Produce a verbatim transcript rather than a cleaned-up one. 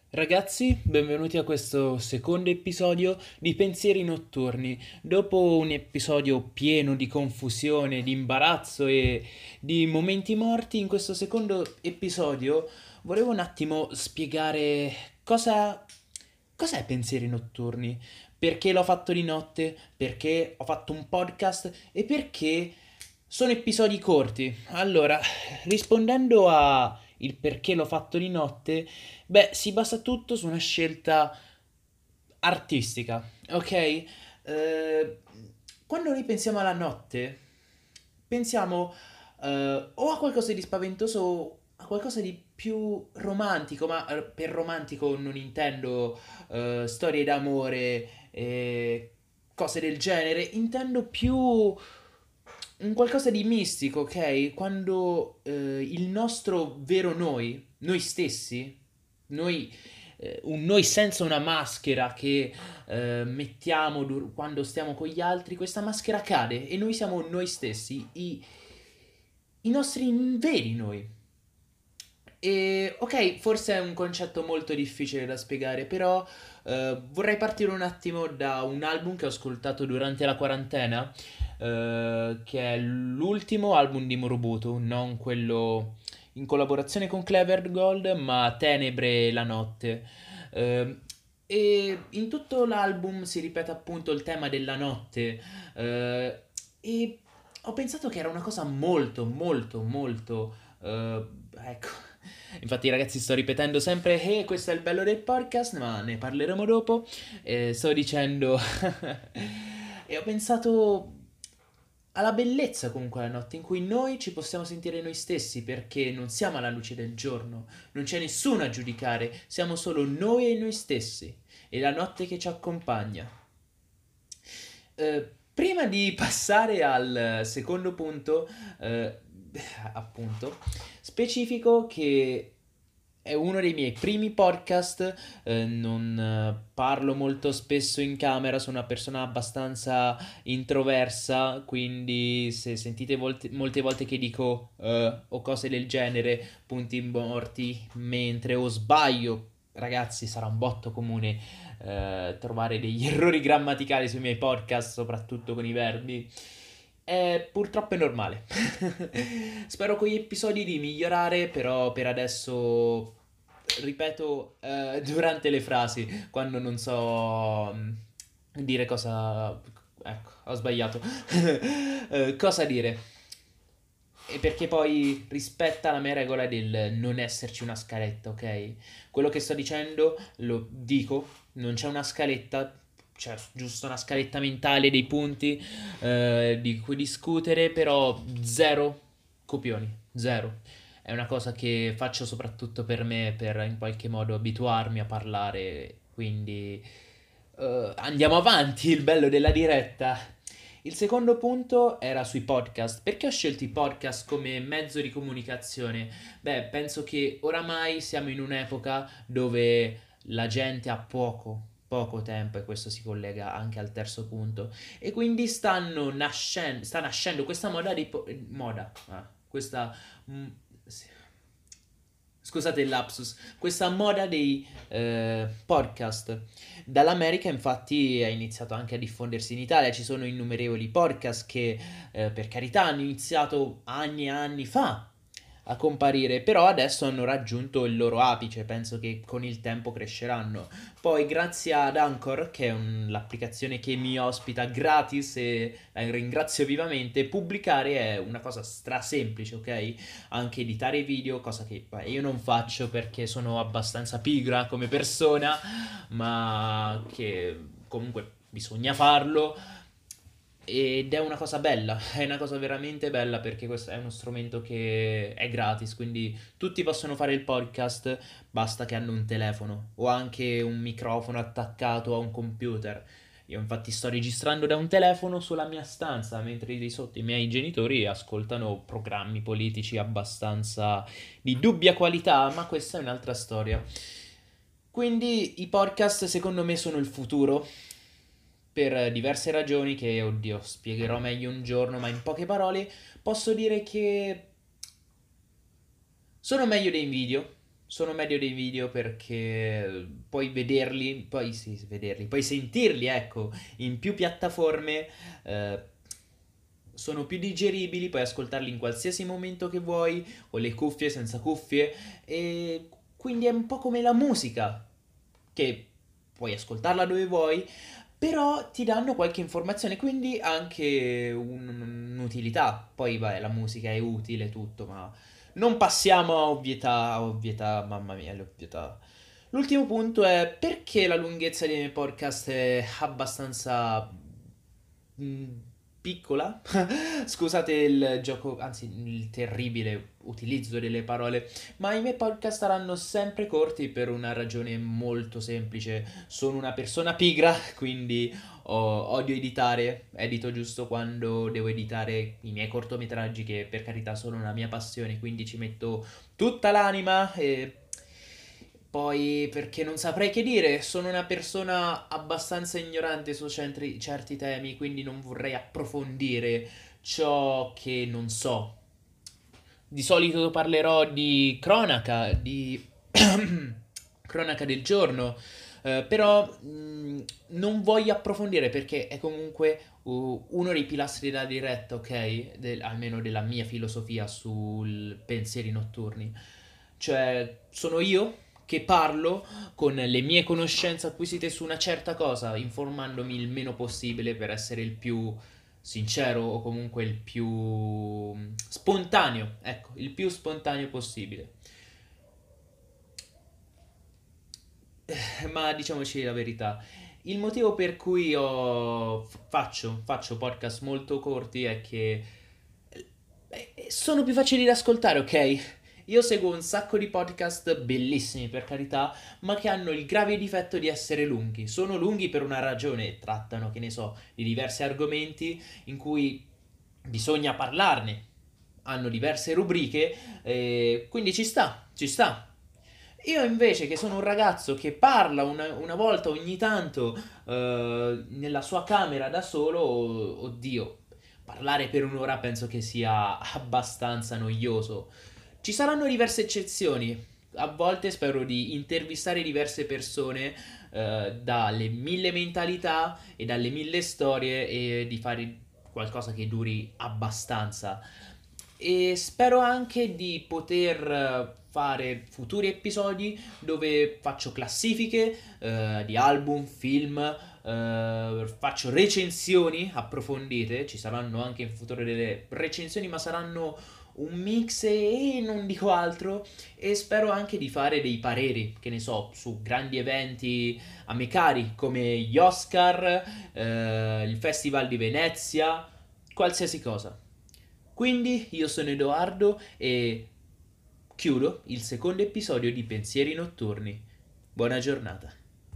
Ragazzi, benvenuti a questo secondo episodio di Pensieri Notturni. Dopo un episodio pieno di confusione, di imbarazzo e di momenti morti, in questo secondo episodio volevo un attimo spiegare cosa cos'è Pensieri Notturni, perché l'ho fatto di notte, perché ho fatto un podcast e perché sono episodi corti. Allora, rispondendo a il perché l'ho fatto di notte, beh, si basa tutto su una scelta artistica, ok? Eh, Quando noi pensiamo alla notte, pensiamo eh, o a qualcosa di spaventoso o a qualcosa di più romantico, ma eh, per romantico non intendo eh, storie d'amore e cose del genere, intendo più un qualcosa di mistico, ok? Quando eh, il nostro vero noi, noi stessi, noi, eh, un noi senza una maschera che eh, mettiamo dur- quando stiamo con gli altri, questa maschera cade e noi siamo noi stessi, i, i nostri veri noi. E ok, forse è un concetto molto difficile da spiegare, però eh, vorrei partire un attimo da un album che ho ascoltato durante la quarantena, eh, che è l'ultimo album di Morobuto, non quello in collaborazione con Clever Gold, ma Tenebre e la notte. Eh, e in tutto l'album si ripete appunto il tema della notte, eh, e ho pensato che era una cosa molto, molto, molto... eh, ecco, infatti, ragazzi, sto ripetendo sempre: eh, questo è il bello del podcast, ma ne parleremo dopo. Eh, sto dicendo. E ho pensato alla bellezza comunque la notte in cui noi ci possiamo sentire noi stessi perché non siamo alla luce del giorno, non c'è nessuno a giudicare, siamo solo noi e noi stessi e la notte che ci accompagna. Eh, prima di passare al secondo punto, eh, appunto, specifico che è uno dei miei primi podcast, eh, non eh, parlo molto spesso in camera, sono una persona abbastanza introversa, quindi se sentite volte- molte volte che dico eh, o cose del genere, punti morti, mentre o sbaglio, ragazzi, sarà un botto comune eh, trovare degli errori grammaticali sui miei podcast, soprattutto con i verbi. Eh, purtroppo è normale. Spero con gli episodi di migliorare, però per adesso ripeto eh, durante le frasi, quando non so mm, dire cosa... Ecco, ho sbagliato. Eh, cosa dire? E perché poi rispetta la mia regola del non esserci una scaletta, ok? Quello che sto dicendo lo dico, non c'è una scaletta, c'è giusto una scaletta mentale dei punti eh, di cui discutere, però zero copioni, zero. È una cosa che faccio soprattutto per me, per in qualche modo abituarmi a parlare, quindi eh, andiamo avanti, il bello della diretta. Il secondo punto era sui podcast. Perché ho scelto i podcast come mezzo di comunicazione? Beh, penso che oramai siamo in un'epoca dove la gente ha poco, poco tempo, e questo si collega anche al terzo punto, e quindi stanno nascendo, sta nascendo questa moda di... po- moda, ah, questa... mm, sì. Scusate il lapsus, questa moda dei eh, podcast. Dall'America infatti è iniziato anche a diffondersi in Italia, ci sono innumerevoli podcast che eh, per carità hanno iniziato anni e anni fa a comparire, però adesso hanno raggiunto il loro apice, penso che con il tempo cresceranno. Poi grazie ad Anchor, che è un- l'applicazione che mi ospita gratis e la ringrazio vivamente, pubblicare è una cosa stra semplice, ok? Anche editare video, cosa che beh, io non faccio perché sono abbastanza pigra come persona, ma che comunque bisogna farlo ed è una cosa bella, è una cosa veramente bella perché questo è uno strumento che è gratis, quindi tutti possono fare il podcast, basta che hanno un telefono o anche un microfono attaccato a un computer. Io infatti sto registrando da un telefono sulla mia stanza, mentre di sotto i miei genitori ascoltano programmi politici abbastanza di dubbia qualità, ma questa è un'altra storia. Quindi i podcast secondo me sono il futuro per diverse ragioni che, oddio, spiegherò meglio un giorno, ma in poche parole posso dire che sono meglio dei video, sono meglio dei video perché puoi vederli, poi sì, vederli, puoi sentirli, ecco, in più piattaforme, eh, sono più digeribili, puoi ascoltarli in qualsiasi momento che vuoi, con le cuffie, senza cuffie, e quindi è un po' come la musica, che puoi ascoltarla dove vuoi, però ti danno qualche informazione, quindi anche un- un'utilità. Poi, vai, la musica è utile tutto, ma non passiamo a ovvietà, a ovvietà, mamma mia, le ovvietà. L'ultimo punto è perché la lunghezza dei miei podcast è abbastanza mm, piccola. Scusate il gioco, anzi il terribile utilizzo delle parole, ma i miei podcast saranno sempre corti per una ragione molto semplice. Sono una persona pigra, quindi ho- odio editare, edito giusto quando devo editare i miei cortometraggi che per carità sono una mia passione, quindi ci metto tutta l'anima e poi perché non saprei che dire, sono una persona abbastanza ignorante su centri- certi temi, quindi non vorrei approfondire ciò che non so. Di solito parlerò di cronaca, di cronaca del giorno, eh, però mh, non voglio approfondire perché è comunque uh, uno dei pilastri della diretta, ok? Del- almeno della mia filosofia sul pensieri notturni. Cioè, sono io che parlo con le mie conoscenze acquisite su una certa cosa, informandomi il meno possibile per essere il più sincero o comunque il più spontaneo, ecco, il più spontaneo possibile. Ma diciamoci la verità, il motivo per cui ho- faccio, faccio podcast molto corti è che eh, sono più facili da ascoltare, ok? Io seguo un sacco di podcast bellissimi, per carità, ma che hanno il grave difetto di essere lunghi. Sono lunghi per una ragione, trattano, che ne so, di diversi argomenti in cui bisogna parlarne. Hanno diverse rubriche, eh, quindi ci sta, ci sta. Io invece, che sono un ragazzo che parla una, una volta ogni tanto eh, nella sua camera da solo, oddio, parlare per un'ora penso che sia abbastanza noioso. Ci saranno diverse eccezioni. A volte spero di intervistare diverse persone eh, dalle mille mentalità e dalle mille storie e di fare qualcosa che duri abbastanza. E spero anche di poter eh, fare futuri episodi dove faccio classifiche eh, di album, film, eh, faccio recensioni approfondite. Ci saranno anche in futuro delle recensioni, ma saranno un mix e non dico altro. E spero anche di fare dei pareri, che ne so, su grandi eventi a me cari come gli Oscar, eh, il Festival di Venezia, qualsiasi cosa. Quindi io sono Edoardo e chiudo il secondo episodio di Pensieri Notturni. Buona giornata.